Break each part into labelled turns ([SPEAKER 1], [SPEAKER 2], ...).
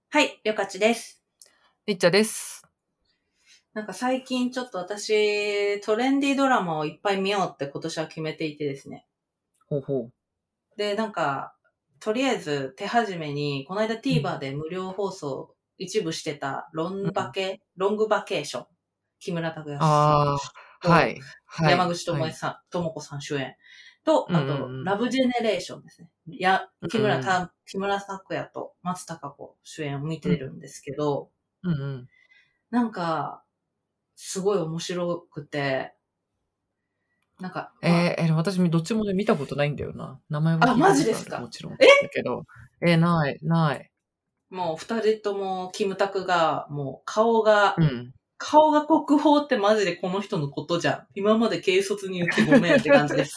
[SPEAKER 1] はい、りょかちです。
[SPEAKER 2] りっちゃです。
[SPEAKER 1] なんか最近ちょっと私、トレンディードラマをいっぱい見ようって今年は決めていてですね。
[SPEAKER 2] ほうほ
[SPEAKER 1] で、なんか、とりあえず手始めに、この間
[SPEAKER 2] う。
[SPEAKER 1] TVer で無料放送一部してたロングバケーション。木村拓哉さん
[SPEAKER 2] ああ、は
[SPEAKER 1] と
[SPEAKER 2] い、はい、
[SPEAKER 1] 山口
[SPEAKER 2] はい。
[SPEAKER 1] 智子さん主演と、
[SPEAKER 2] うん
[SPEAKER 1] あと、
[SPEAKER 2] うん
[SPEAKER 1] ラブジェネレーションですね。
[SPEAKER 2] うん。
[SPEAKER 1] 木村拓哉と松たか子主演を見
[SPEAKER 2] うん
[SPEAKER 1] てるんですけど、
[SPEAKER 2] うんうん。
[SPEAKER 1] なんか、すごい面白くて、なんか、
[SPEAKER 2] 私どっちもね、見たことないんだよな。名前は聞いた
[SPEAKER 1] マジ
[SPEAKER 2] ことある、も
[SPEAKER 1] ですか？
[SPEAKER 2] ちろん。だけど。ない、ない。
[SPEAKER 1] もう二人とも、キムタクが、もう
[SPEAKER 2] うん。
[SPEAKER 1] 顔が国宝ってマジでこの人のことじゃん。今まで軽率に言ってごめんって感じです。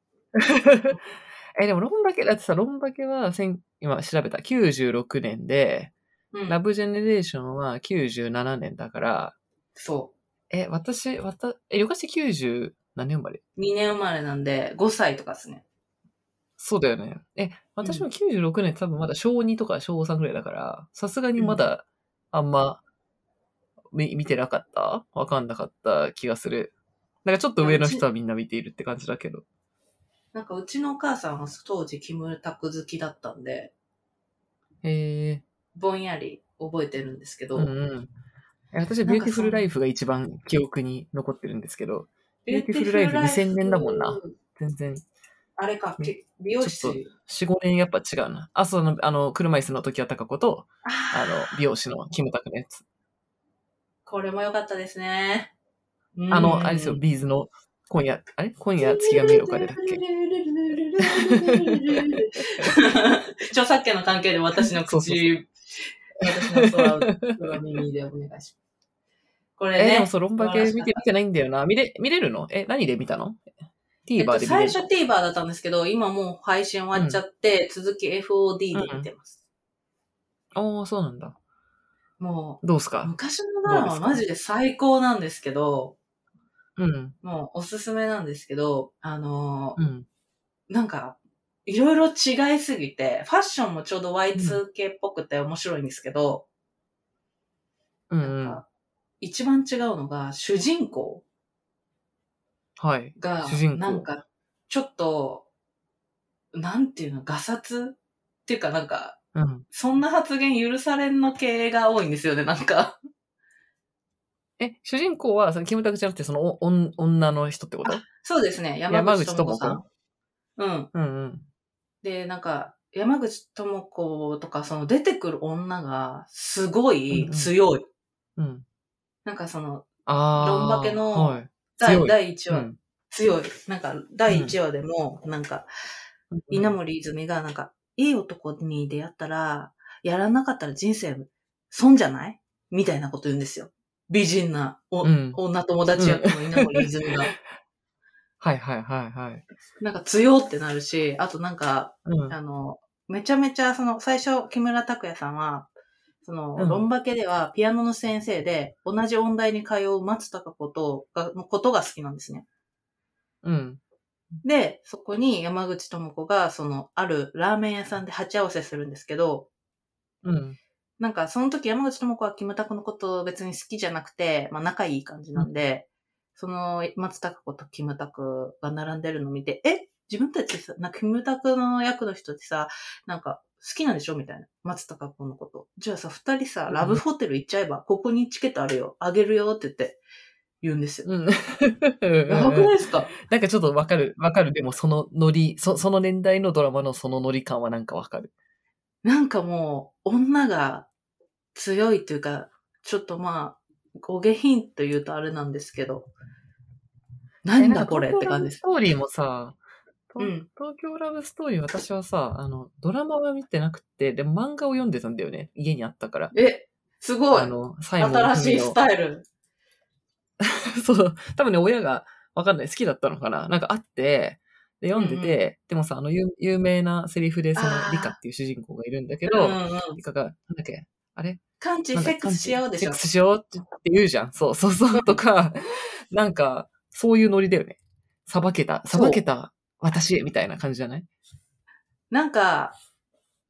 [SPEAKER 2] でも、だってさ、ロンバケは、今調べた、96年で、
[SPEAKER 1] うん。
[SPEAKER 2] ラブジェネレーションは97年だから、
[SPEAKER 1] そ
[SPEAKER 2] よかし90何年生まれ？
[SPEAKER 1] う。2年生まれなんで、5歳とかですね。
[SPEAKER 2] そうだよね。私も
[SPEAKER 1] うん。
[SPEAKER 2] 96年多分まだ小2とか小3ぐらいだから、さすがに
[SPEAKER 1] うん。
[SPEAKER 2] まだあんま見てなかったわかんなかった気がする。なんかちょっ
[SPEAKER 1] いや、
[SPEAKER 2] と上の人はみんな見ているって感じだけど。
[SPEAKER 1] なんかうちのお母さんは当時キムタク好きだったんで、
[SPEAKER 2] へえ、
[SPEAKER 1] ぼんやり覚えてるんですけど、
[SPEAKER 2] うんうん。私は
[SPEAKER 1] なん
[SPEAKER 2] ビューティフルラ
[SPEAKER 1] か
[SPEAKER 2] イフが一番記憶に残ってるんですけど、ビューティ
[SPEAKER 1] ビューティフ
[SPEAKER 2] フルライフ
[SPEAKER 1] ルライフ、
[SPEAKER 2] 2000年だもんな。全然、
[SPEAKER 1] あれか、美容
[SPEAKER 2] ちょっと
[SPEAKER 1] 師。
[SPEAKER 2] 4、5年やっぱ違うな。車椅子の時は高子と、
[SPEAKER 1] あ
[SPEAKER 2] 美容師のキムタクのやつ。
[SPEAKER 1] これも良かったですね。うんうん
[SPEAKER 2] あれですよ、
[SPEAKER 1] うん。
[SPEAKER 2] ビーズの今夜月が見える丘でだっけ？
[SPEAKER 1] 著作権の関係で
[SPEAKER 2] そうそうそう。
[SPEAKER 1] 私の空耳でお願いします。これね、
[SPEAKER 2] でもそう、ロン
[SPEAKER 1] 素晴ら
[SPEAKER 2] バケ
[SPEAKER 1] しかった。
[SPEAKER 2] 見てないんだよな。見れるの？何で見たの？ TVer で見れ
[SPEAKER 1] 最初
[SPEAKER 2] るの？
[SPEAKER 1] TVer だったんですけど、今もう配信終わっちゃ
[SPEAKER 2] うん。
[SPEAKER 1] って、続き FOD で見
[SPEAKER 2] うん。
[SPEAKER 1] てます。
[SPEAKER 2] ああ、そうなんだ。
[SPEAKER 1] もう、
[SPEAKER 2] どうすか？
[SPEAKER 1] 昔のドラ
[SPEAKER 2] どうですか？
[SPEAKER 1] ママジで最高なんですけど、
[SPEAKER 2] うん。
[SPEAKER 1] もうおすすめなんですけど、
[SPEAKER 2] うん。
[SPEAKER 1] なんか、いろいろ違いすぎて、ファッションもちょうど
[SPEAKER 2] うん。
[SPEAKER 1] Y2K っぽくて面白いんですけど、
[SPEAKER 2] うんうん。
[SPEAKER 1] なんか、一番違うのが、主人公
[SPEAKER 2] はい。主
[SPEAKER 1] が、
[SPEAKER 2] 人公。
[SPEAKER 1] なんか、ちょっと、なんていうの、ガサツっていうかなんか、
[SPEAKER 2] うん。
[SPEAKER 1] そんな発言許されんの系が多いんですよね、なんか。
[SPEAKER 2] 主人公は、そのキムタクじゃなくて、その女の人ってこ
[SPEAKER 1] あ、
[SPEAKER 2] と？
[SPEAKER 1] そうですね、山
[SPEAKER 2] 山
[SPEAKER 1] 口
[SPEAKER 2] 口智子？
[SPEAKER 1] 智子さん。うん。
[SPEAKER 2] うんうん。
[SPEAKER 1] で、なんか、山口智子とか、その出てくる女が、すごい
[SPEAKER 2] うんうん。
[SPEAKER 1] 強い。
[SPEAKER 2] うん。
[SPEAKER 1] なんかその、ロンバケ
[SPEAKER 2] ああ、は
[SPEAKER 1] の
[SPEAKER 2] い。強い。
[SPEAKER 1] 第1話、
[SPEAKER 2] うん。
[SPEAKER 1] 強い。なんか、第
[SPEAKER 2] うん。
[SPEAKER 1] 1話でも、なんか、
[SPEAKER 2] うんうん。
[SPEAKER 1] 稲森泉が、なんか、いい男に出会ったら、やらなかったら人生、損じゃないみたいなこと言うんですよ。美人な
[SPEAKER 2] うん。
[SPEAKER 1] 女友達
[SPEAKER 2] うん。
[SPEAKER 1] 役の稲森泉が。
[SPEAKER 2] はいはいはいはい。
[SPEAKER 1] なんか強ってなるし、あとなんか、
[SPEAKER 2] うん。
[SPEAKER 1] めちゃめちゃ、最初、木村拓哉さんは、ロン
[SPEAKER 2] うん。
[SPEAKER 1] バケではピアノの先生で、同じ音大に通う松たか子のことが好きなんですね。
[SPEAKER 2] うん。
[SPEAKER 1] で、そこに山口智子が、あるラーメン屋さんで鉢合わせするんですけど、
[SPEAKER 2] うん。
[SPEAKER 1] なんか、その時山口智子はキムタクのことを別に好きじゃなくて、まあ仲いい感じ
[SPEAKER 2] うん。
[SPEAKER 1] なんで、松たか子とキムタクが並んでるのを見て、自分たちさ、キムタクの役の人ってさ、なんか、好きなんでしょみたいな。松たか子のこと。じゃあさ、二人さ、ラブホテル行っちゃえば、ここにチケットあるよ。あげるよって言うんですよ。
[SPEAKER 2] うん。うんうん
[SPEAKER 1] やばく
[SPEAKER 2] うん。
[SPEAKER 1] ないですか？
[SPEAKER 2] なんかちょっとわかる。わかる。でもそのノリ、その年代のドラマのそのノリ感はなんかわかる。
[SPEAKER 1] なんかもう、女が強いというか、ちょっとまあ、お下品と言うとあれなんですけど、なん
[SPEAKER 2] なんか
[SPEAKER 1] だこれっ
[SPEAKER 2] 東京ラ
[SPEAKER 1] て感じです。
[SPEAKER 2] ブストーリーもさ、
[SPEAKER 1] うん。
[SPEAKER 2] 東京ラブストーリー私はさ、ドラマは見てなくて、でも漫画を読んでたんだよね。家にあったから。
[SPEAKER 1] すごい。
[SPEAKER 2] サイモン・
[SPEAKER 1] 新しいス
[SPEAKER 2] フミの、
[SPEAKER 1] タイル。
[SPEAKER 2] そう、多分ね、親がわかんない、好きだったのかななんかあって、で、読んで
[SPEAKER 1] うんうん。
[SPEAKER 2] て、でもさ、有名なセリフで、リカっ
[SPEAKER 1] あ
[SPEAKER 2] ていう主人公がいるんだけ
[SPEAKER 1] あ、うん
[SPEAKER 2] ど、
[SPEAKER 1] うんうん。
[SPEAKER 2] リカが、なんだっけあれ
[SPEAKER 1] セックス
[SPEAKER 2] 感知
[SPEAKER 1] しようでしょ。
[SPEAKER 2] セックスしようって言うじゃん。そうそうそう、と
[SPEAKER 1] うん。
[SPEAKER 2] か、なんか、そういうノリだよね。さばけ
[SPEAKER 1] そう。
[SPEAKER 2] た私、みたいな感じじゃない？
[SPEAKER 1] なんか、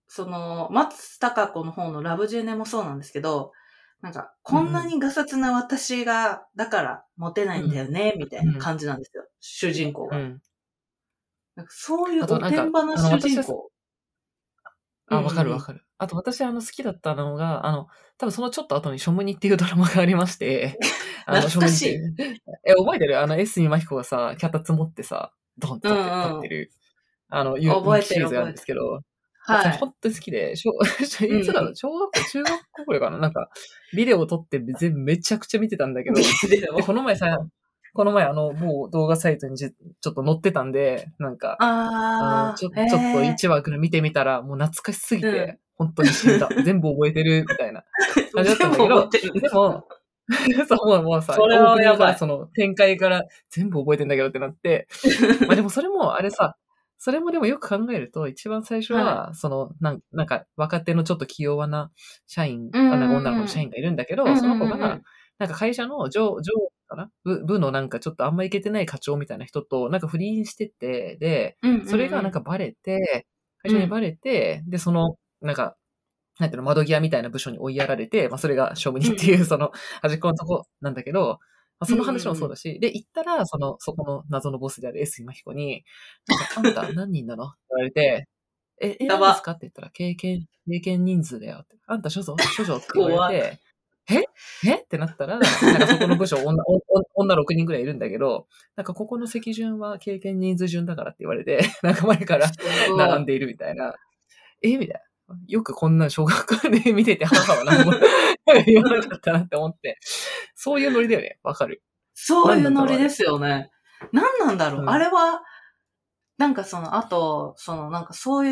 [SPEAKER 1] 松たか子の方のラブジェネもそうなんですけど、なんか、こんなにガサツな私が、だからモテないんだよね、みたいな感じなんですよ。主人公が。なんかそういうおてんばな主人公。
[SPEAKER 2] わかるわかる。あと私好きだったのが、多分そのちょっと後にショムニっていうドラマがありまして、
[SPEAKER 1] 懐かしい。
[SPEAKER 2] 覚えてる江角真紀子がさ、脚立持ってさ、ドンって立ってる、
[SPEAKER 1] 覚えてる
[SPEAKER 2] シリーズがあるんですけど、
[SPEAKER 1] はい。
[SPEAKER 2] 本当に好きで、いつだろう、小学校、中学校くらいかななんか、ビデオを撮って全部めちゃくちゃ見てたんだけど、で、この前某動画サイトにちょっと載ってたんで、なんか、ちょっと1話から見てみたら、もう懐かしすぎて、本当に死んだ。全部覚えてる、みたいな感じだったんだけど、でも、そう、もうさ、オープニングからその展開から全部覚えてんだけどってなって、まあでもそれも、あれさ、それもでもよく考えると、一番最初は、なんか、若手のちょっと気弱な社員、なんか女の子の社員がいるんだけど、その子が、なんか会社の上かな部のなんかちょっとあんまいけてない課長みたいな人と、なんか不倫してて、で、それがなんかバレて、会社にバレて、で、なんか、なんていうの、窓際みたいな部署に追いやられて、まあそれがショムニっていう端っこのとこなんだけど、まあ、その話もそうだし、で、行ったら、そこの謎のボスである江角真紀子に、なんか、あんた何人なのって言われて、何ですかって言ったら、経験人数だよって。あんた処女って言われて、ってなったら、なんかそこの部署、女6人くらいいるんだけど、なんかここの席順は経験人数順だからって言われて、なんか前から並んでいるみたいな。みたいな。よくこんな小学校で見てて母は何も言わなかったなって思って。そういうノリだよね。わかる。
[SPEAKER 1] そういうノリですよね。何なんだろう、あれは、なんかあと、なんかそういう、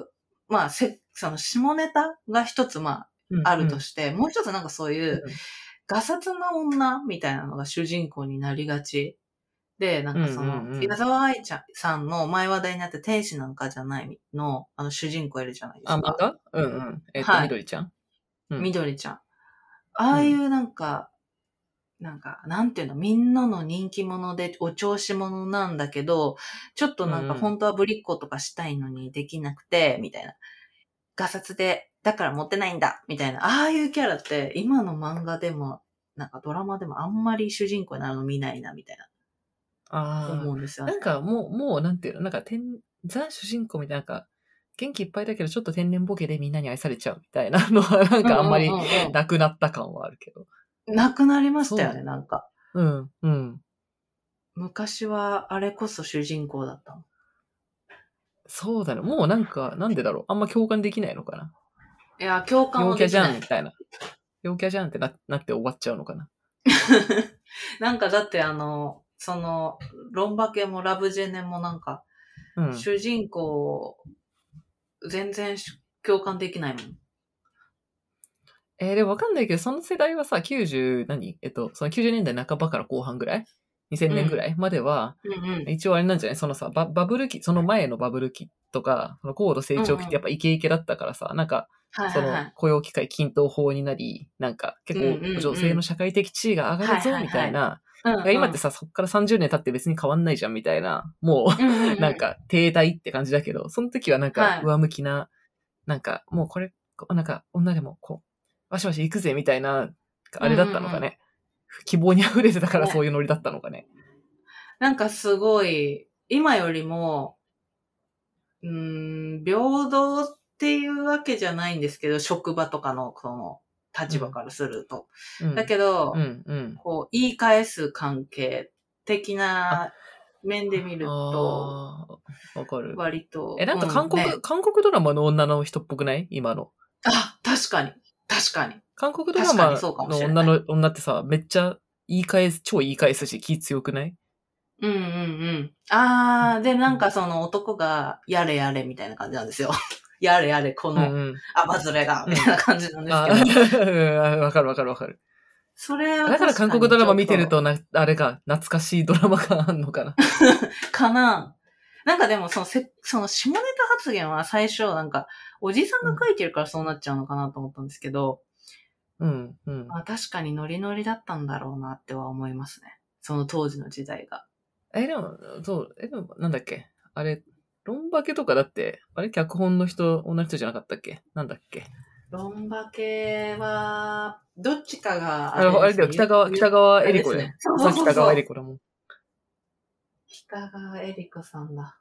[SPEAKER 1] まあ、下ネタが一つ、まあ、あるとして、もう一つなんかそういう、ガサツな女みたいなのが主人公になりがち。で、なんか矢沢愛ちゃんさんの前話題になって天使なんかじゃないの、主人公いるじゃないですか。
[SPEAKER 2] 漫画みどりちゃん
[SPEAKER 1] みどりちゃん。ああいうなんか、なんていうの、みんなの人気者でお調子者なんだけど、ちょっとなんか本当はぶりっ子とかしたいのにできなくて、みたいな。ガサツで、だから持ってないんだ、みたいな。ああいうキャラって今の漫画でも、なんかドラマでもあんまり主人公になるの見ないな、みたいな。思うんですよね。
[SPEAKER 2] なんかもうなんていうの、なんかザ主人公みたいな、なんか、元気いっぱいだけどちょっと天然ボケでみんなに愛されちゃうみたいなのはなんかあんまりなくなった感はあるけど。
[SPEAKER 1] なくなりましたよね、なんか。昔はあれこそ主人公だったの。
[SPEAKER 2] そうだね。もうなんか、なんでだろう。あんま共感できないのかな。
[SPEAKER 1] いや、共感もできない。
[SPEAKER 2] 陽キャじゃんみたいな。陽キャじゃんってなって終わっちゃうのかな。
[SPEAKER 1] なんかだってロンバケもラブジェネもなんか、主人公、全然共感できないもん。
[SPEAKER 2] でもわかんないけど、その世代はさ、90年代半ばから後半ぐらい ?2000 年ぐらいまでは、一応あれなんじゃないそのさ、バブル期、その前のバブル期とか、その高度成長期ってやっぱイケイケだったからさ、なんか、その雇用機会均等法になり、なんか結構女性の社会的地位が上がるぞみたいな、今ってさ、そっから30年経って別に変わんないじゃんみたいな、もう、なんか停滞って感じだけど、その時はなんか上向きな、なんかもうこれ、なんか女でもこう、わしわし行くぜみたいな、あれだったのかね。希望に溢れてたからそういうノリだったのかね。
[SPEAKER 1] なんかすごい、今よりも、平等っていうわけじゃないんですけど、職場とかのこの立場からすると。だけど、こう、言い返す関係的な面で見ると、
[SPEAKER 2] わかる。
[SPEAKER 1] 割と。
[SPEAKER 2] なんか韓国ドラマの女の人っぽくない今の。
[SPEAKER 1] あ、確かに。
[SPEAKER 2] 韓国ドラマの女ってさ、めっちゃ超言い返すし気強くない？
[SPEAKER 1] で、なんか男が、やれやれみたいな感じなんですよ。やれやれ、この、アバズレが、みたいな感じなんですけど。
[SPEAKER 2] わかる。
[SPEAKER 1] それは
[SPEAKER 2] だから韓国ドラマ見てるとあれか、懐かしいドラマがあんのかな。
[SPEAKER 1] かな。なんかでも、その下ネタ発言は最初、なんか、おじさんが書いてるからそうなっちゃうのかなと思ったんですけど、確かにノリノリだったんだろうなっては思いますね。その当時の時代が。
[SPEAKER 2] でも、なんだっけあれ、 ロンバケとかだって、あれ脚本の人、同じ人じゃなかったっけ？なんだっけ？
[SPEAKER 1] ロンバケは、どっちかが
[SPEAKER 2] あれだよ、北川恵理子ね。
[SPEAKER 1] そう
[SPEAKER 2] 北川恵理子だもん。
[SPEAKER 1] 北川恵理子さんだ。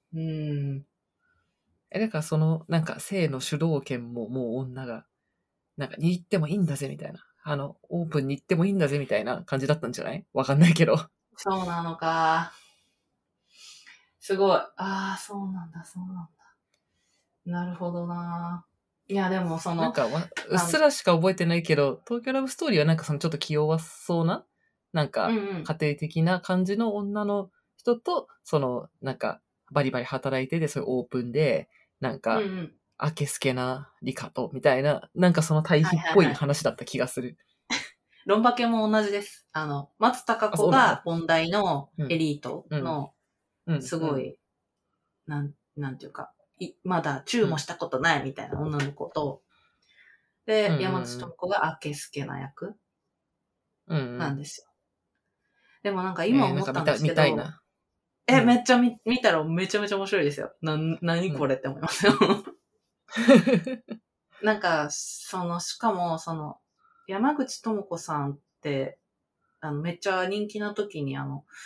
[SPEAKER 2] だからなんか性の主導権ももう女が、なんかに行ってもいいんだぜみたいな。オープンに行ってもいいんだぜみたいな感じだったんじゃない？わかんないけど。
[SPEAKER 1] そうなのか。すごい。そうなんだ。なるほどな。いや、でも
[SPEAKER 2] なんか、うっすらしか覚えてないけど、東京ラブストーリーはなんかちょっと気弱そうな、なんか、家庭的な感じの女の人と、なんか、バリバリ働いてて、そういうオープンで、なんか、あけすけなリカと、みたいな、なんかその対比っぽい話だった気がする。
[SPEAKER 1] ロンバケも同じです。松たか子が本題のエリートの、すごい、なんていうか、まだチューもしたことないみたいな女の子と、で、山口智子があけすけな役なんですよ。でもなんか今思ったんですけど、
[SPEAKER 2] 見たいな。
[SPEAKER 1] めっちゃ見たらめちゃめちゃ面白いですよ。何これって思いますよ。なんか、しかも、山口智子さんって、めっちゃ人気な時に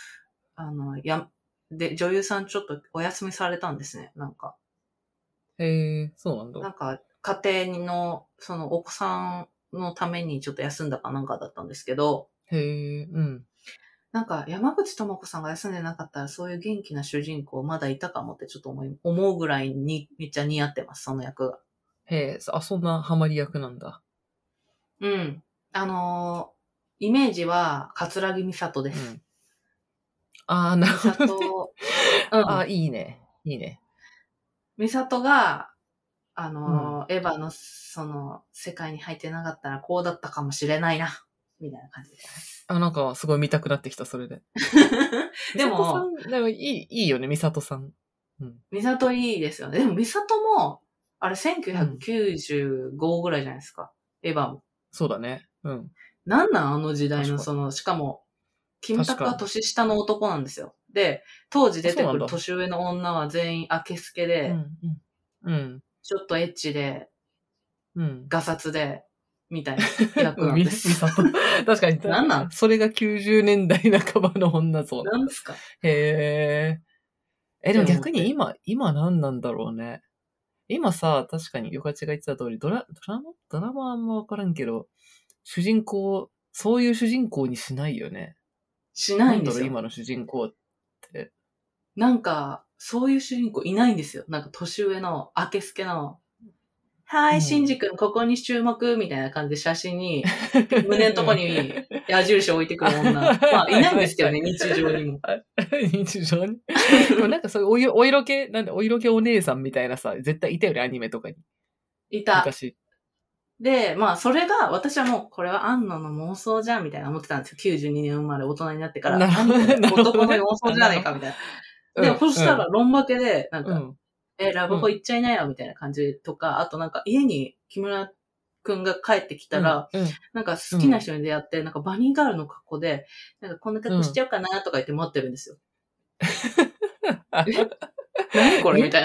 [SPEAKER 1] で、女優さんちょっとお休みされたんですね、なんか。
[SPEAKER 2] へえ、そうなんだ。
[SPEAKER 1] なんか、家庭の、お子さんのためにちょっと休んだかなんかだったんですけど、
[SPEAKER 2] へえ、
[SPEAKER 1] なんか、山口智子さんが休んでなかったら、そういう元気な主人公まだいたかもってちょっと思うぐらいにめっちゃ似合ってます、その役が。
[SPEAKER 2] へえ、そんなハマり役なんだ。
[SPEAKER 1] うん。イメージは、桂木美里です。
[SPEAKER 2] なるほ
[SPEAKER 1] ど、ね。
[SPEAKER 2] いいね。いいね。
[SPEAKER 1] 美里が、エヴァの世界に入ってなかったらこうだったかもしれないな、みたいな感じです。
[SPEAKER 2] なんかすごい見たくなってきた、それで。
[SPEAKER 1] でも、
[SPEAKER 2] いいよね、美里さん。
[SPEAKER 1] 美里いいですよね。でも美里も、あれ1995ぐらいじゃないですか。エヴァも。
[SPEAKER 2] そうだね。
[SPEAKER 1] なんあの時代のしかも、キムタクは年下の男なんですよ。で、当時出てくる年上の女は全員あけすけで、ちょっとエッチで、ガサツで、みたいな役なんです。
[SPEAKER 2] 美里。確かに。
[SPEAKER 1] なんなん？
[SPEAKER 2] それが90年代半ばの女像。
[SPEAKER 1] なんですか？
[SPEAKER 2] へえ。でも逆に今何なんだろうね。今さ、確かに、ヨカチが言ってた通り、ドラマあんまわからんけど、そういう主人公にしないよね。
[SPEAKER 1] しないんですよ。
[SPEAKER 2] なんだろう、今の主人公って。
[SPEAKER 1] なんか、そういう主人公いないんですよ。なんか年上の、あけすけの、はい、シンジ君、ここに注目、みたいな感じで写真に、胸のとこに矢印置いてくる女。まあ、いないんですけどね、日常にも。
[SPEAKER 2] 日常に。でもなんかそういうお色気お姉さんみたいなさ、絶対いたよね、アニメとかに。
[SPEAKER 1] いた。
[SPEAKER 2] 昔。
[SPEAKER 1] で、まあ、それが、私はもう、これは安野の妄想じゃん、みたいな思ってたんですよ。92年生まれ、大人になってから。男の妄想じゃないか、みたいな。で、そしたら、ロンバケで、なんか、ラブホ行っちゃいなよ、みたいな感じとか、あとなんか、家に木村くんが帰ってきたら、なんか好きな人に出会って、なんかバニーガールの格好で、なんかこんな格好しちゃおうかな、とか言って待ってるんですよ。何これみたいな。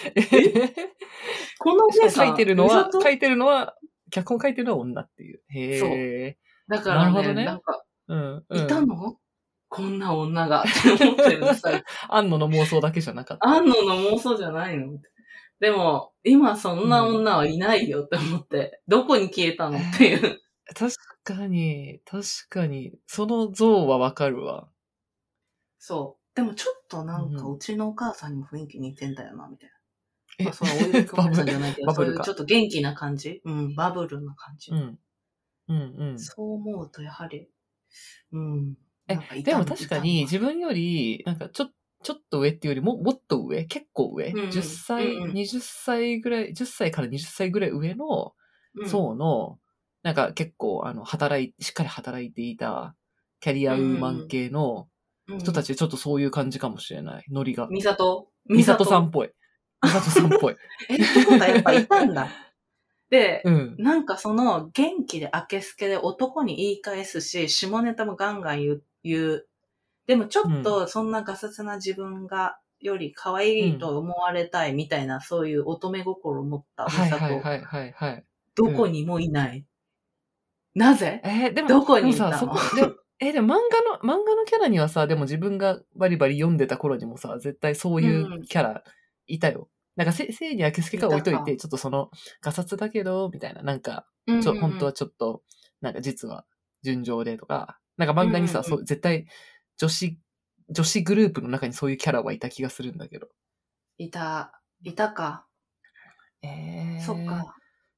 [SPEAKER 1] このお姉さん、
[SPEAKER 2] 書いてるのは、脚本書いてるのは女っていう。へえ。
[SPEAKER 1] そう。だからね、なんか、いたの？こんな女がって思ってるんですよ。
[SPEAKER 2] 安野の妄想だけじゃなかった。
[SPEAKER 1] 安野の妄想じゃないの？でも、今そんな女はいないよって思って、どこに消えたのっていう。
[SPEAKER 2] 確かに、その像はわかるわ。
[SPEAKER 1] そう。でもちょっとなんか、うちのお母さんにも雰囲気似てんだよな、みたいな。まあ、そのお色気お母さんじゃないけど、そういうちょっと元気な感じ？バブルな感じ。そう思うと、やはり、
[SPEAKER 2] でも確かに自分より、なんかちょっと上っていうよりもっと上、結構上、10歳、20歳ぐらい、10歳から20歳ぐらい上の層の、なんか結構しっかり働いていたキャリアウーマン系の人たちでちょっとそういう感じかもしれない、ノリが。
[SPEAKER 1] 美里
[SPEAKER 2] さんっぽい。美里さんっぽい。
[SPEAKER 1] ってことはやっぱいたんだ。で、なんかその元気であけすけで男に言い返すし、下ネタもガンガン言う。でもちょっとそんなガサツな自分がより可愛いと思われたいみたいな、そういう乙女心を持ったミサト。どこにもいない。なぜどこにいたの？
[SPEAKER 2] でも漫画のキャラにはさ、でも自分がバリバリ読んでた頃にもさ、絶対そういうキャラいたよ。なんか、せいにあけすけか置いといて、ちょっとその、ガサツだけど、みたいな、なんか、本当はちょっと、なんか実は、純情でとか、なんか漫画にさ、そう絶対、女子グループの中にそういうキャラはいた気がするんだけど。
[SPEAKER 1] いたか。そっか。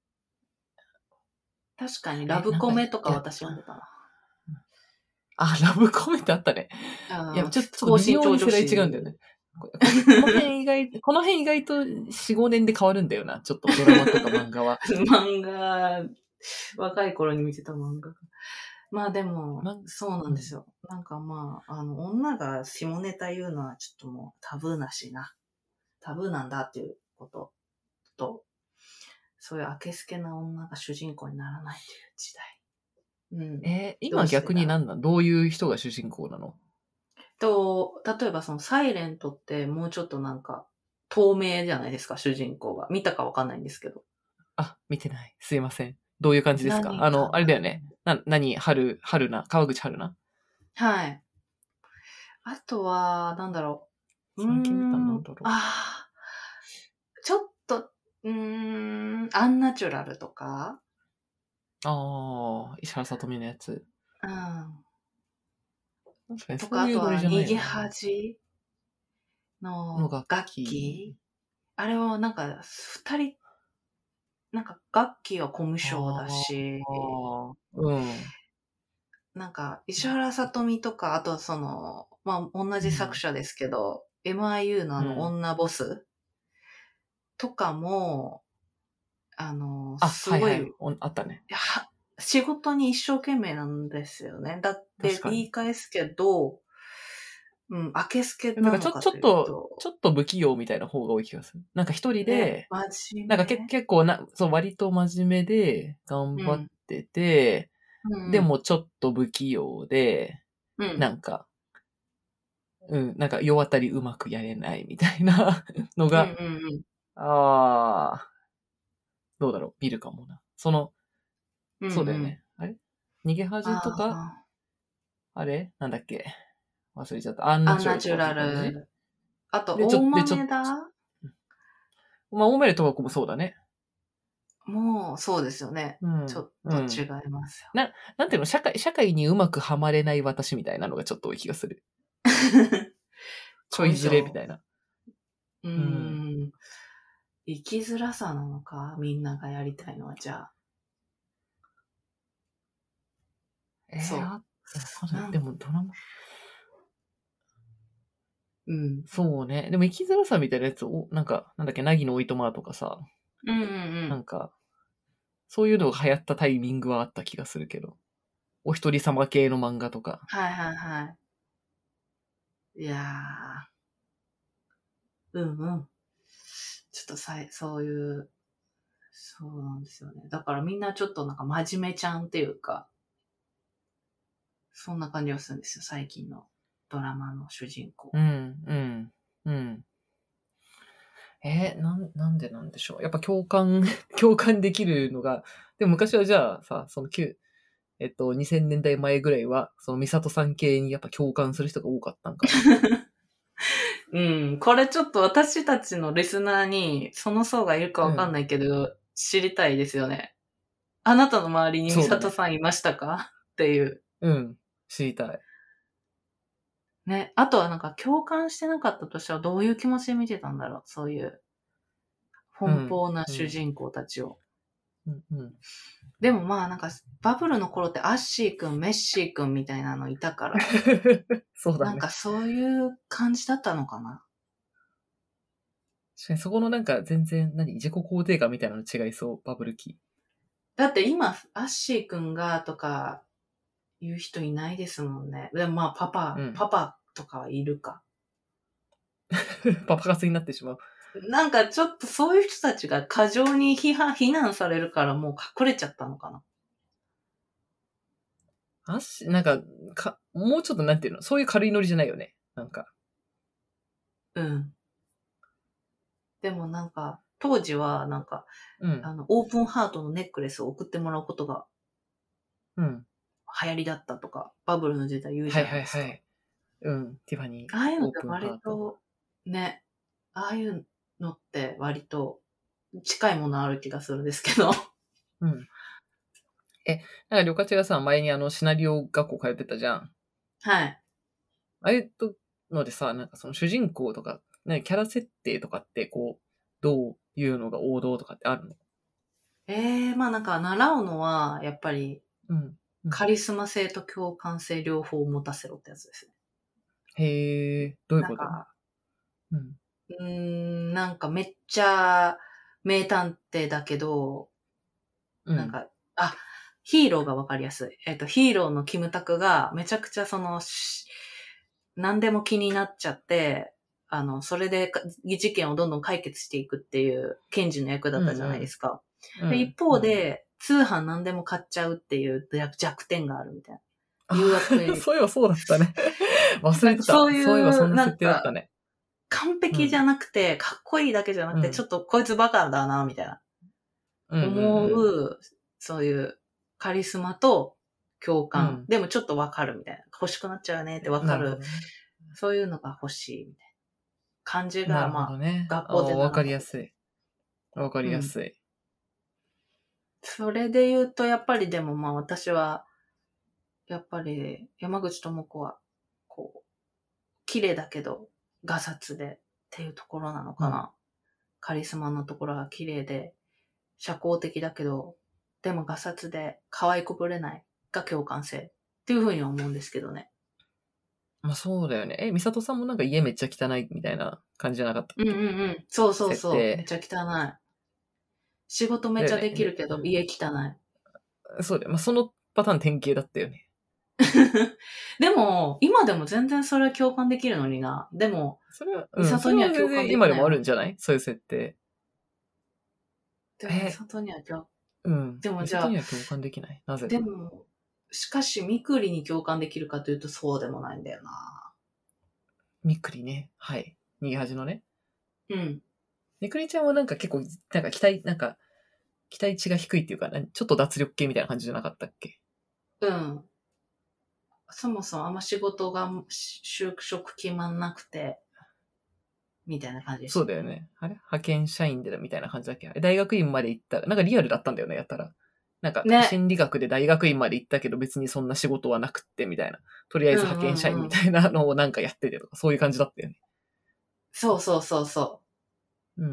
[SPEAKER 1] 確かに、ラブコメとか私読んでたな。
[SPEAKER 2] あ、ラブコメってあったね。いや、ちょっと微妙に世代違うんだよね。この辺意外と4、5年で変わるんだよな。ちょっとドラマとか漫画は。
[SPEAKER 1] 漫画、若い頃に見てた漫画。まあでも、そうなんですよ。なんかまあ、女が下ネタ言うのはちょっともうタブーなしな。タブーなんだっていうことと、そういうあけすけな女が主人公にならないという時代。
[SPEAKER 2] 今逆にどういう人が主人公なの？
[SPEAKER 1] 例えばそのサイレントってもうちょっとなんか透明じゃないですか、主人公が。見たかわかんないんですけど。
[SPEAKER 2] あ、見てない。すいません。どういう感じですか？あれだよね。春菜、川口春菜？
[SPEAKER 1] はい。あとは、なんだろう。
[SPEAKER 2] 最近見たなんだろう。
[SPEAKER 1] ちょっと、アンナチュラルとか。
[SPEAKER 2] 石原さとみのやつ。
[SPEAKER 1] うん。
[SPEAKER 2] 確かに
[SPEAKER 1] とか、あとは、逃げ恥の楽器。あれはなんか、二人、なんか楽器はコミュ障だし、なんか、石原さとみとか、あとその、まあ、同じ作者ですけど、MIU の女ボスとかも、すごい、
[SPEAKER 2] あったね。
[SPEAKER 1] 仕事に一生懸命なんですよね。だって言い返すけど、あけすけなのかというと。
[SPEAKER 2] ちょっと不器用みたいな方が多い気がする。なんか一人で、なんか結構割と真面目で頑張ってて、でもちょっと不器用で、なんか世渡りうまくやれないみたいなのが、どうだろう、見るかもな。そうだよね。あれ逃げ恥とか、あれなんだっけ忘れちゃった。アンナチュラル。
[SPEAKER 1] あと、大豆だ。
[SPEAKER 2] まあ、大豆とかもそうだね。
[SPEAKER 1] もう、そうですよね。ちょっと違いますよ。
[SPEAKER 2] なんていうの、社会にうまくはまれない私みたいなのがちょっと多い気がする。ちょいずれみたいな。
[SPEAKER 1] 生きづらさなのか、みんながやりたいのは、じゃあ。
[SPEAKER 2] そう。でもドラマ。そうね。でも生きづらさみたいなやつを、なんだっけ、凪のおいとまとかさ。なんか、そういうのが流行ったタイミングはあった気がするけど。お一人様系の漫画とか。
[SPEAKER 1] はいはいはい。いやー。ちょっとそういう、そうなんですよね。だからみんなちょっとなんか真面目ちゃんっていうか、そんな感じがするんですよ、最近のドラマの主人公。
[SPEAKER 2] なんでなんでしょう。やっぱ共感できるのが、でも昔はじゃあさ、2000年代前ぐらいは、そのミサトさん系にやっぱ共感する人が多かったんか
[SPEAKER 1] な。これちょっと私たちのリスナーにその層がいるかわかんないけど、知りたいですよね。あなたの周りにミサトさんいましたかっていう。
[SPEAKER 2] 知りたい。
[SPEAKER 1] ね。あとはなんか共感してなかったとしたらどういう気持ちで見てたんだろう。そういう奔放な主人公たちを。でもまあなんかバブルの頃ってアッシーくん、メッシーくんみたいなのいたから。
[SPEAKER 2] そうだね。
[SPEAKER 1] なんかそういう感じだったのかな。
[SPEAKER 2] そこのなんか全然自己肯定感みたいなの違いそう、バブル期。
[SPEAKER 1] だって今、アッシーくんがとか言う人いないですもんね。でもまあパパとかはいるか。
[SPEAKER 2] パパ活になってしまう。
[SPEAKER 1] なんかちょっとそういう人たちが過剰に非難されるからもう隠れちゃったのかな。
[SPEAKER 2] なんか、もうちょっとなんていうの、そういう軽いノリじゃないよね。なんか。
[SPEAKER 1] うん。でもなんか、当時はなんか、
[SPEAKER 2] うん。
[SPEAKER 1] オープンハートのネックレスを送ってもらうことが
[SPEAKER 2] うん。
[SPEAKER 1] 流行りだったとか、バブルの時代言う
[SPEAKER 2] はい
[SPEAKER 1] じゃないですか。
[SPEAKER 2] はいはい。うん。ティファニー、
[SPEAKER 1] ああいうの
[SPEAKER 2] オー
[SPEAKER 1] って割
[SPEAKER 2] プンハート。
[SPEAKER 1] と、ね、ああいうのって割と近いものある気がするんですけど。
[SPEAKER 2] うん。なんか、りょかちがさ、前にシナリオ学校通ってたじゃん。
[SPEAKER 1] はい。
[SPEAKER 2] ああいうのでさ、なんかその主人公とか、ね、キャラ設定とかって、こう、どういうのが王道とかってあるの？
[SPEAKER 1] まあなんか習うのは、やっぱり、
[SPEAKER 2] うん。うん。
[SPEAKER 1] カリスマ性と共感性両方持たせろってやつですね。
[SPEAKER 2] へえ、どういうこと？
[SPEAKER 1] なんか、
[SPEAKER 2] うん。
[SPEAKER 1] なんかめっちゃ名探偵だけど、
[SPEAKER 2] うん。
[SPEAKER 1] なんか、ヒーローがわかりやすい。ヒーローのキムタクがめちゃくちゃ何でも気になっちゃって、それで事件をどんどん解決していくっていう検事の役だ
[SPEAKER 2] うん。
[SPEAKER 1] ったじゃないですか。で、
[SPEAKER 2] うん。
[SPEAKER 1] 一方で、通販何でも買っちゃうっていう弱点があるみたいな。誘
[SPEAKER 2] あ、
[SPEAKER 1] 惑に。
[SPEAKER 2] そういえばそうだったね。忘
[SPEAKER 1] なんか
[SPEAKER 2] れてた。
[SPEAKER 1] そうい
[SPEAKER 2] そういえばそん
[SPEAKER 1] う、
[SPEAKER 2] な設定だった
[SPEAKER 1] なんか、
[SPEAKER 2] ね。
[SPEAKER 1] 完
[SPEAKER 2] うん。
[SPEAKER 1] 璧じゃなくて、かっこいいだけじゃなくて、ち
[SPEAKER 2] うん。
[SPEAKER 1] ょっとこいつバカだな、みたいな。
[SPEAKER 2] うん。うん。
[SPEAKER 1] 思う、そういうカリスマと共感。
[SPEAKER 2] うん。
[SPEAKER 1] でもちょっとわかるみたいな。欲しくなっちゃうよねってわかる。
[SPEAKER 2] なるほどね。
[SPEAKER 1] そういうのが欲しいみたいな感じが、
[SPEAKER 2] なるほ
[SPEAKER 1] まあ、
[SPEAKER 2] どね。
[SPEAKER 1] 学校で
[SPEAKER 2] わか
[SPEAKER 1] 習ったこと。
[SPEAKER 2] りやすい。わかり
[SPEAKER 1] うん。
[SPEAKER 2] やすい。
[SPEAKER 1] それで言うと、やっぱりでもまあ私は、やっぱり山口智子は、こう、綺麗だけど、ガサツでっていうところなの
[SPEAKER 2] うん。
[SPEAKER 1] かな。カリスマのところが綺麗で、社交的だけど、でもガサツで可愛くぶれないが共感性っていうふうには思うんですけどね。
[SPEAKER 2] まあそうだよね。ミサトさんもなんか家めっちゃ汚いみたいな感じじゃなかったっ
[SPEAKER 1] うんうん
[SPEAKER 2] け？
[SPEAKER 1] うん。そうそうそう。めっ
[SPEAKER 2] 設定。
[SPEAKER 1] ちゃ汚い。仕事めっちゃ
[SPEAKER 2] だよね。
[SPEAKER 1] できるけど、家汚い。
[SPEAKER 2] そうだよ。まあそのパターン典型だったよね。
[SPEAKER 1] でも、今でも全然それは共感できるのにな。でも、
[SPEAKER 2] それ
[SPEAKER 1] 美里には
[SPEAKER 2] は全然
[SPEAKER 1] 共感で
[SPEAKER 2] 今でもあるん
[SPEAKER 1] きないわ。
[SPEAKER 2] じゃない？そういう設定。
[SPEAKER 1] でも、美
[SPEAKER 2] え、
[SPEAKER 1] 里には
[SPEAKER 2] うん。
[SPEAKER 1] でもじゃあ、
[SPEAKER 2] 美里には共感できない。なぜ？
[SPEAKER 1] でも、しかし、みくりに共感できるかというとそうでもないんだよな。
[SPEAKER 2] みっくりね。はい。逃げ恥のね。
[SPEAKER 1] うん。
[SPEAKER 2] みくりちゃんはなんか結構、なんか期待値が低いっていうか、ちょっと脱力系みたいな感じじゃなかったっけ？
[SPEAKER 1] うん。そもそもあんま仕事が就職決まんなくて、みたいな感じでしたね。
[SPEAKER 2] そうだよね。あれ派遣社員でみたいな感じだっけ？大学院まで行った。なんかリアルだったんだよね、やったら。なんか、
[SPEAKER 1] ね。
[SPEAKER 2] 心理学で大学院まで行ったけど別にそんな仕事はなくって、みたいな。とりあえ
[SPEAKER 1] うん
[SPEAKER 2] ず派遣社員
[SPEAKER 1] うんうん。
[SPEAKER 2] みたいなのをなんかやっててとか、そういう感じだったよね。
[SPEAKER 1] そうそうそうそう。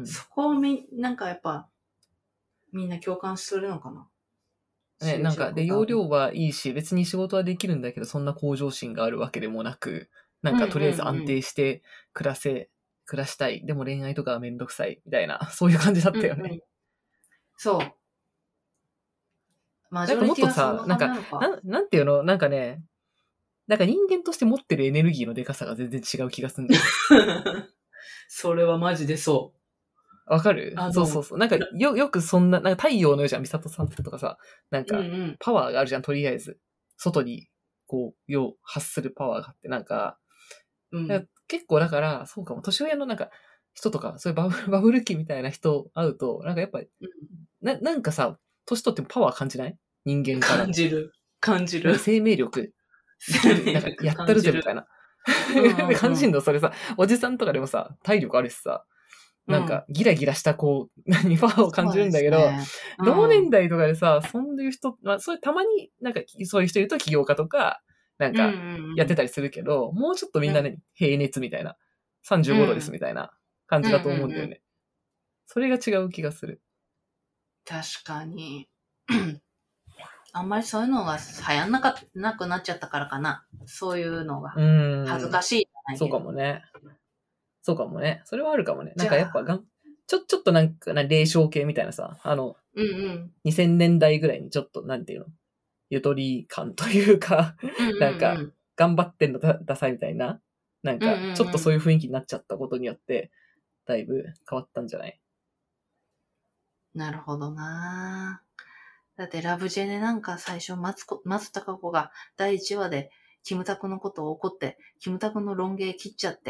[SPEAKER 2] うん。
[SPEAKER 1] そこをなんかやっぱ、みんな共感するのかな。
[SPEAKER 2] ね、
[SPEAKER 1] 就
[SPEAKER 2] なんか、で、
[SPEAKER 1] 職が。
[SPEAKER 2] 容量はいいし、別に仕事はできるんだけど、そんな向上心があるわけでもなく、なんか、
[SPEAKER 1] うんうん
[SPEAKER 2] とりあえず安
[SPEAKER 1] うん。
[SPEAKER 2] 定して暮らしたい。でも恋愛とかはめんどくさい。みたいな、そういう感じだったよね。
[SPEAKER 1] うんうん。そう。マジ
[SPEAKER 2] なんか
[SPEAKER 1] ョリ
[SPEAKER 2] もっとさ、
[SPEAKER 1] ティはそんな感じなのか。
[SPEAKER 2] なんていうの？なんかね、なんか人間として持ってるエネルギーのでかさが全然違う気がするんだよね。
[SPEAKER 1] それはマジでそう。
[SPEAKER 2] わかる？そうそうそう。なんかよくそんな、なんか太陽のようじゃん、美里さんとかさ、なん
[SPEAKER 1] うんう
[SPEAKER 2] か
[SPEAKER 1] ん。
[SPEAKER 2] パワーがあるじゃん、とりあえず。外に、こう、発するパワーがあって、なんか、
[SPEAKER 1] うん。
[SPEAKER 2] 結構だから、そうかも、年上のなんか、人とか、そういうバブル期みたいな人会うと、なんかやっぱり、なんかさ、年取ってもパワー感じない？人
[SPEAKER 1] うん。
[SPEAKER 2] 間からの。
[SPEAKER 1] 感じる。感じる。
[SPEAKER 2] なんか生命力、生き
[SPEAKER 1] 生
[SPEAKER 2] る、なんか
[SPEAKER 1] 命力
[SPEAKER 2] やった
[SPEAKER 1] 感じる。
[SPEAKER 2] るぜみたいな。
[SPEAKER 1] うんう
[SPEAKER 2] 感
[SPEAKER 1] んうん。
[SPEAKER 2] じんの、それさ、おじさんとかでもさ、体力あるしさ、なんか、
[SPEAKER 1] うん。
[SPEAKER 2] ギラギラしたこう、パワーを感じ
[SPEAKER 1] そうで
[SPEAKER 2] るんだけど、
[SPEAKER 1] すね。う
[SPEAKER 2] 同年
[SPEAKER 1] ん。
[SPEAKER 2] 代とかでさ、そういう人、まあ、そういうたまになんか、そういう人いると起業家とか、なん
[SPEAKER 1] うんう
[SPEAKER 2] か、やって
[SPEAKER 1] ん
[SPEAKER 2] たりするけど、もうちょっとみ
[SPEAKER 1] うん。
[SPEAKER 2] んなね、平熱みたいな、35度です
[SPEAKER 1] うん。
[SPEAKER 2] みたいな感
[SPEAKER 1] うんうん
[SPEAKER 2] じだと思うんだ
[SPEAKER 1] うん。
[SPEAKER 2] よね。それが違う気がする。
[SPEAKER 1] 確かに。あんまりそういうのが流行んなくなっちゃったからかな。そういうのが。
[SPEAKER 2] うーん。
[SPEAKER 1] 恥ずかしいじゃない
[SPEAKER 2] そう
[SPEAKER 1] けど。
[SPEAKER 2] かもね。そうかもね。それはあるかもね。なん
[SPEAKER 1] じゃあ、
[SPEAKER 2] かやっぱちょっとなんか霊障系みたいなさ、
[SPEAKER 1] うんうん。
[SPEAKER 2] 2000年代ぐらいにちょっと、なんていうの、ゆとり感というか、
[SPEAKER 1] うんうん
[SPEAKER 2] なんか、
[SPEAKER 1] うん。
[SPEAKER 2] 頑張ってんのダサいみたいな、なん
[SPEAKER 1] うんう
[SPEAKER 2] か、ちょっとそう
[SPEAKER 1] ん
[SPEAKER 2] いう雰囲気になっちゃったことによって、だいぶ変わったんじゃない？
[SPEAKER 1] うん。なるほどな。だってラブジェネなんか最初松たか子が第1話でキムタクのことを怒って、キムタクのロン毛切っちゃって、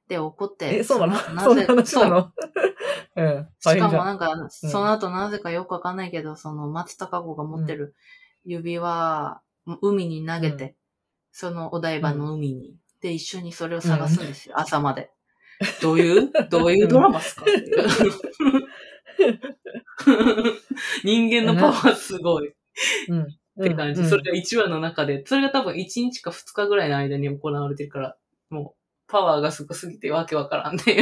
[SPEAKER 1] で怒って。
[SPEAKER 2] そうなの？そんな話なの？うん。
[SPEAKER 1] しかもなんか、その後なぜかよくわかんないけど、その松たか子が持ってる指輪、海に投げて、そのお台場の海に。で、一緒にそれを探すんですよ、朝まで。どういうドラマっすかっていう。人間のパワーすごい。って感じ。それが1話の中で、それが多分1日か2日ぐらいの間に行われてるから、もう、パワーがすごすぎてわけわからんっていう。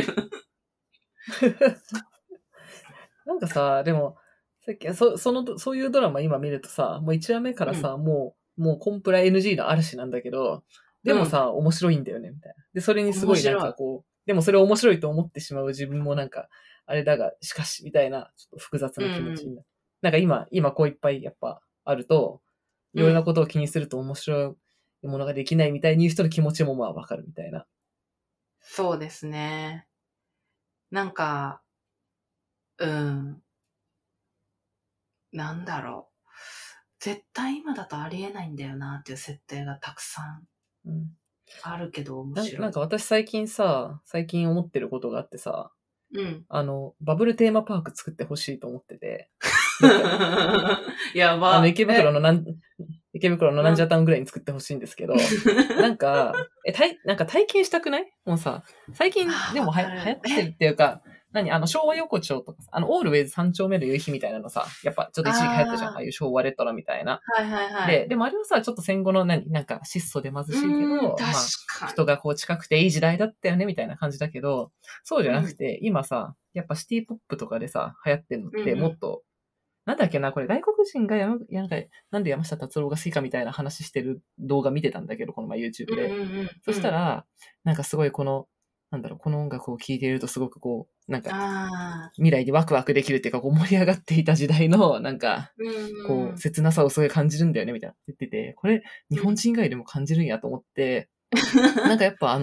[SPEAKER 2] なんかさ、でも、さっき、そういうドラマ今見るとさ、もう1話目からさ、もうコンプラ NG の嵐なんだけど、でもさ、面白いんだよね、みたいな。で、それにすごいなんかこう、でもそれ面白いと思ってしまう自分もなんか、あれだが、しかし、みたいな、ちょっと複雑な気持ちになる。なんか今こういっぱいやっぱあると、いろんなことを気にすると面白いものができないみたいに言う人の気持ちもまあわかるみたいな。
[SPEAKER 1] そうですね。なんか、なんだろう。絶対今だとありえないんだよなっていう設定がたくさんあるけど面白い。
[SPEAKER 2] なんか私最近思ってることがあってさ、バブルテーマパーク作ってほしいと思ってて。
[SPEAKER 1] やば。
[SPEAKER 2] 池袋のなんじゃタウンぐらいに作ってほしいんですけど、なんか体験したくない？もうさ、最近でも流行ってるっていうか、昭和横丁とか、オールウェイズ三丁目の夕日みたいなのさ、やっぱちょっと一時期流行ったじゃん。ああいう昭和レトロみたいな。
[SPEAKER 1] はいはいはい。
[SPEAKER 2] でもあれはさ、ちょっと戦後のなんか質素で貧しいけど、まあ、人がこう近くていい時代だったよねみたいな感じだけど、そうじゃなくて、今さ、やっぱシティポップとかでさ、流行ってるのってもっと、なんだっけな、これ外国人がなんで山下達郎が好きかみたいな話してる動画見てたんだけど、この前 YouTube で。そしたら、なんかすごいこの音楽を聴いているとすごくこう、なんか、未来にワクワクできるっていうか、こう盛り上がっていた時代の、なんか、こう、切なさをすごい感じるんだよね、みたいな言ってて、これ、日本人以外でも感じるんやと思って、なんかやっぱ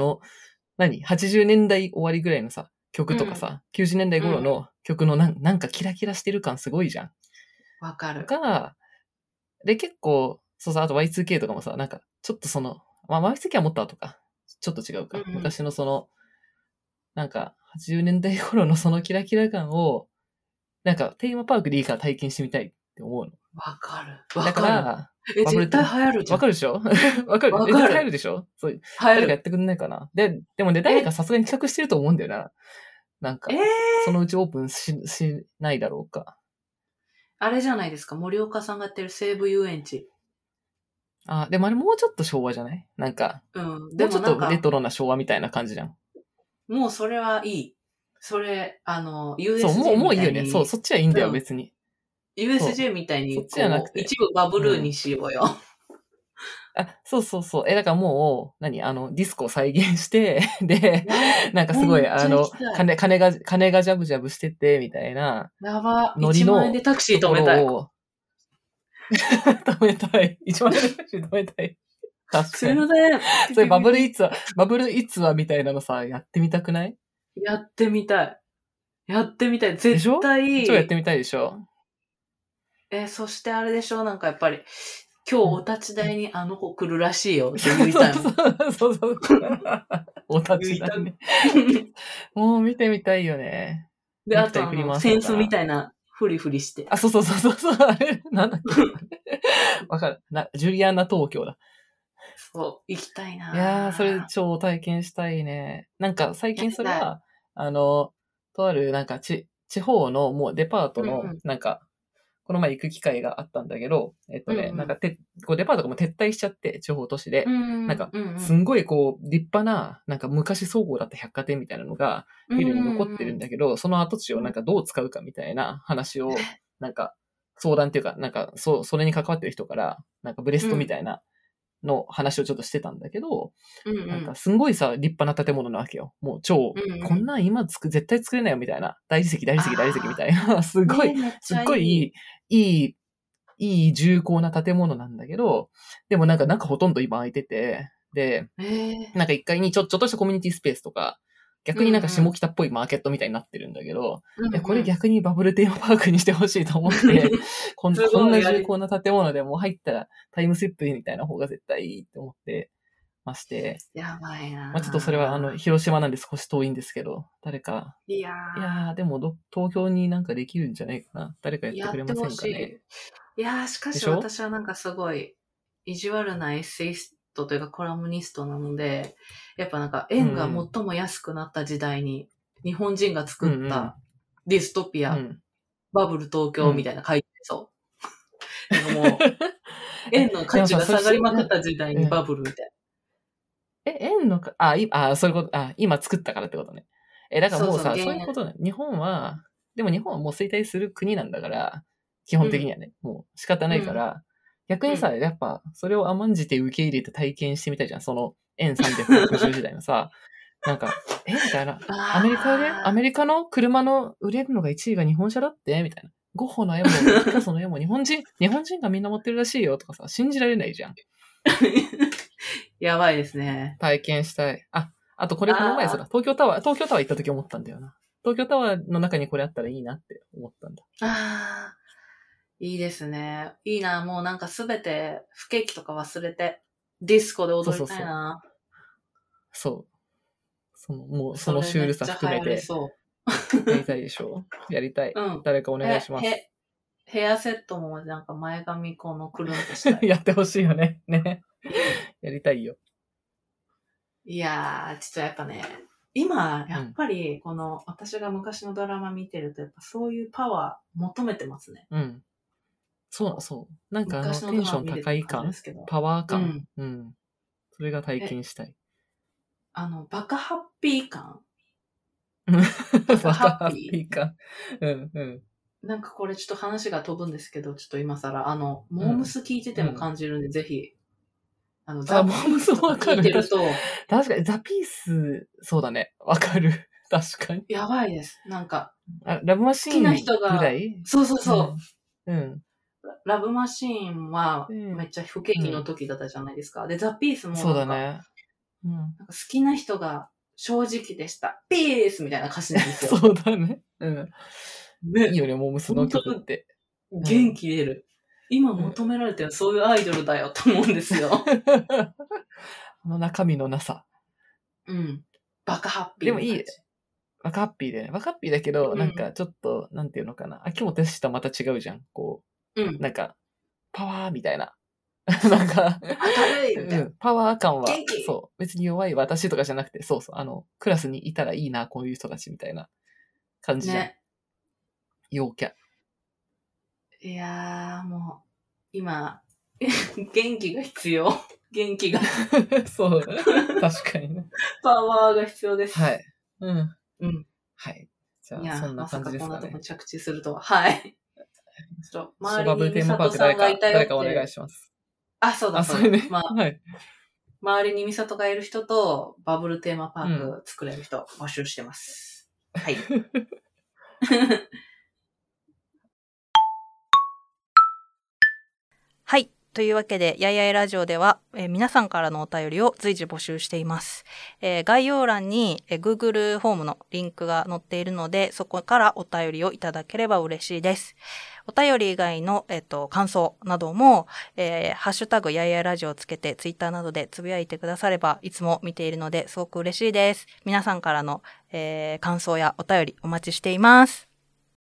[SPEAKER 2] 80年代終わりぐらいのさ、曲とかさ、90年代頃の曲のなんかキラキラしてる感すごいじゃん。
[SPEAKER 1] わかる。
[SPEAKER 2] で、結構、そうそう、あと Y2K とかもさ、なんか、ちょっとまあ Y2K はもっと後か。ちょっと違うか。昔のなんか、80年代頃のそのキラキラ感を、なんか、テーマパークでいいから体験してみたいって思うの。
[SPEAKER 1] わかる。
[SPEAKER 2] だから、
[SPEAKER 1] 絶対流行るじゃん。
[SPEAKER 2] わかるでしょ？わかる。絶対流行るでしょ？そう。誰かやってくんないかな。でもね、誰かさすがに企画してると思うんだよな。なんか、そのうちオープンしないだろうか。
[SPEAKER 1] あれじゃないですか。森岡さんがやってる西武遊園地。
[SPEAKER 2] でもあれもうちょっと昭和じゃない？なんか、でももうちょっとレトロな昭和みたいな感じじゃん。
[SPEAKER 1] もうそれはいい。それ、USJ
[SPEAKER 2] そう、もういいよね。そう、そっちはいいんだよ、別に。
[SPEAKER 1] USJ みたいに、
[SPEAKER 2] そっちじゃなくて
[SPEAKER 1] 一部バブルーにしようよ。
[SPEAKER 2] そうそうそう。だからもう、ディスコを再現して、で、なんかすごい、金がジャブジャブしてて、みたいな。
[SPEAKER 1] やば。1万円でタクシー止めたい。
[SPEAKER 2] 止めたい。1万円でタクシー止めたい。
[SPEAKER 1] すいません。
[SPEAKER 2] それバブルイッツはみたいなのさ、やってみたくない？
[SPEAKER 1] やってみたい。絶対。
[SPEAKER 2] 超やってみたいでしょ？
[SPEAKER 1] そしてあれでしょ？なんかやっぱり、今日お立ち台にあの子来るらしいよって言いたいもん。
[SPEAKER 2] そう。お立ち台ね。もう見てみたいよね。
[SPEAKER 1] で、あとセンスみたいなフリフリして。
[SPEAKER 2] そう。あれ、なんだっけ。わかる。ジュリアナ東京だ。
[SPEAKER 1] そう、行きたいな。
[SPEAKER 2] いやー、それ超体験したいね。なんか最近それは、とあるなんか地方のもうデパートの、なんか、この前行く機会があったんだけど、なんかこうデパートがもう撤退しちゃって、地方都市で、なんか、すんごいこう、立派な、なんか昔倉庫だった百貨店みたいなのが、ビルに残ってるんだけど、その跡地をなんかどう使うかみたいな話を、なんか、相談っていうか、なんか、それに関わってる人から、なんかブレストみたいな、の話をちょっとしてたんだけど、なんかすんごいさ、立派な建物なわけよ。もう超、こんなん今絶対作れないよみたいな。大理石みたいな。すっごいいい重厚な建物なんだけど、でもなんかほとんど今空いてて、で、なんか1階にちょっとしたコミュニティスペースとか、逆になんか下北っぽいマーケットみたいになってるんだけど、これ逆にバブルテーマパークにしてほしいと思って、こんな重厚な建物でも入ったらタイムスリップみたいな方が絶対いいって思って、 まして。
[SPEAKER 1] やばいな。
[SPEAKER 2] まあちょっとそれは広島なんで少し遠いんですけど、誰か。
[SPEAKER 1] いや
[SPEAKER 2] ーでも東京になんかできるんじゃないかな。誰かやってくれませんかね。
[SPEAKER 1] いやー、しかし私はなんかすごい意地悪なエッセイストというかコラムニストなので、やっぱなんか円が最も安くなった時代に日本人が作ったディストピア、バブル東京みたいな書いてそう。なんかもう、円の価値が下がりまくった時代にバブルみたいな。
[SPEAKER 2] 円のそういうこと、今作ったからってことね。だからもうさ、そういうことね。日本はもう衰退する国なんだから、基本的にはね、もう仕方ないから、逆にさ、やっぱ、それを甘んじて受け入れて体験してみたいじゃん。その、円360時代のさ、なんか、みたいな。アメリカの車の売れるのが1位が日本車だってみたいな。ゴッホの絵も、ピカソの絵も日本人がみんな持ってるらしいよとかさ、信じられないじゃん。
[SPEAKER 1] やばいですね。
[SPEAKER 2] 体験したい。あとこれこの前さ、東京タワー行った時思ったんだよな。東京タワーの中にこれあったらいいなって思ったんだ。
[SPEAKER 1] いいですね。いいな、もうなんかすべて不景気とか忘れて、ディスコで踊りたいな。
[SPEAKER 2] そう。もうそのシュールさ含めて、やりたいでしょ。やりたい。誰かお願いします。
[SPEAKER 1] ヘアセットもなんか前髪このくるんとしたい。
[SPEAKER 2] やってほしいよね。ね。やりたいよ。
[SPEAKER 1] いやー、ちょっとやっぱね、今、やっぱり、この、私が昔のドラマ見てると、やっぱそういうパワー求めてますね。
[SPEAKER 2] そう。なんかテンション高い感、パワー感。それが体験したい。
[SPEAKER 1] バカハッピー感。
[SPEAKER 2] バカハッピー感。
[SPEAKER 1] なんかこれちょっと話が飛ぶんですけど、ちょっと今更、モームス聞いてても感じるんで、ぜひ、
[SPEAKER 2] ザ・モームスわかる。
[SPEAKER 1] 聞いてると。
[SPEAKER 2] 確かに、ザ・ピース、そうだね。わかる。確かに。
[SPEAKER 1] やばいです。なんか、
[SPEAKER 2] ラブマシーンぐらい。好きな人
[SPEAKER 1] が、そう。ラブマシーンは、めっちゃ不景気の時だったじゃないですか。で、ザ・ピースも
[SPEAKER 2] そうだね。
[SPEAKER 1] なんか好きな人が正直でした。ピースみたいな歌詞なんですよ。
[SPEAKER 2] そうだね。いいよね、モームスの曲って。
[SPEAKER 1] 元気出る。今求められてるそういうアイドルだよと思うんですよ。
[SPEAKER 2] 中身のなさ。
[SPEAKER 1] バカハッピー。
[SPEAKER 2] でもいい。バカハッピーでね。バカハッピーだけど、なんかちょっと、なんていうのかな。秋元康とまた違うじゃん。こう。なんか、パワーみたいな。なんか、
[SPEAKER 1] 明るいみたいな。
[SPEAKER 2] パワー感は、そう。別に弱い私とかじゃなくて、そう。クラスにいたらいいな、こういう人たちみたいな感じじゃん。陽キャ。
[SPEAKER 1] いやー、もう、今、元気が必要。元気が。
[SPEAKER 2] そう。確かにね。
[SPEAKER 1] パワーが必要です。
[SPEAKER 2] はい。はい。じゃあ、そんな感じですかね。まさか
[SPEAKER 1] こんなとこに着地するとは。はい。ちょっと、
[SPEAKER 2] 周りに美里さんがいたよって。誰かお願いします。
[SPEAKER 1] そうだ。
[SPEAKER 2] そうね。はい。
[SPEAKER 1] 周りに美里がいる人と、バブルテーマパーク作れる人、募集してます。はい。はい。というわけで、やいやいラジオでは、皆さんからのお便りを随時募集しています。概要欄に、Google フォームのリンクが載っているので、そこからお便りをいただければ嬉しいです。お便り以外の、感想なども、ハッシュタグやいやいラジオをつけて、ツイッターなどでつぶやいてくだされば、いつも見ているので、すごく嬉しいです。皆さんからの、感想やお便りお待ちしています。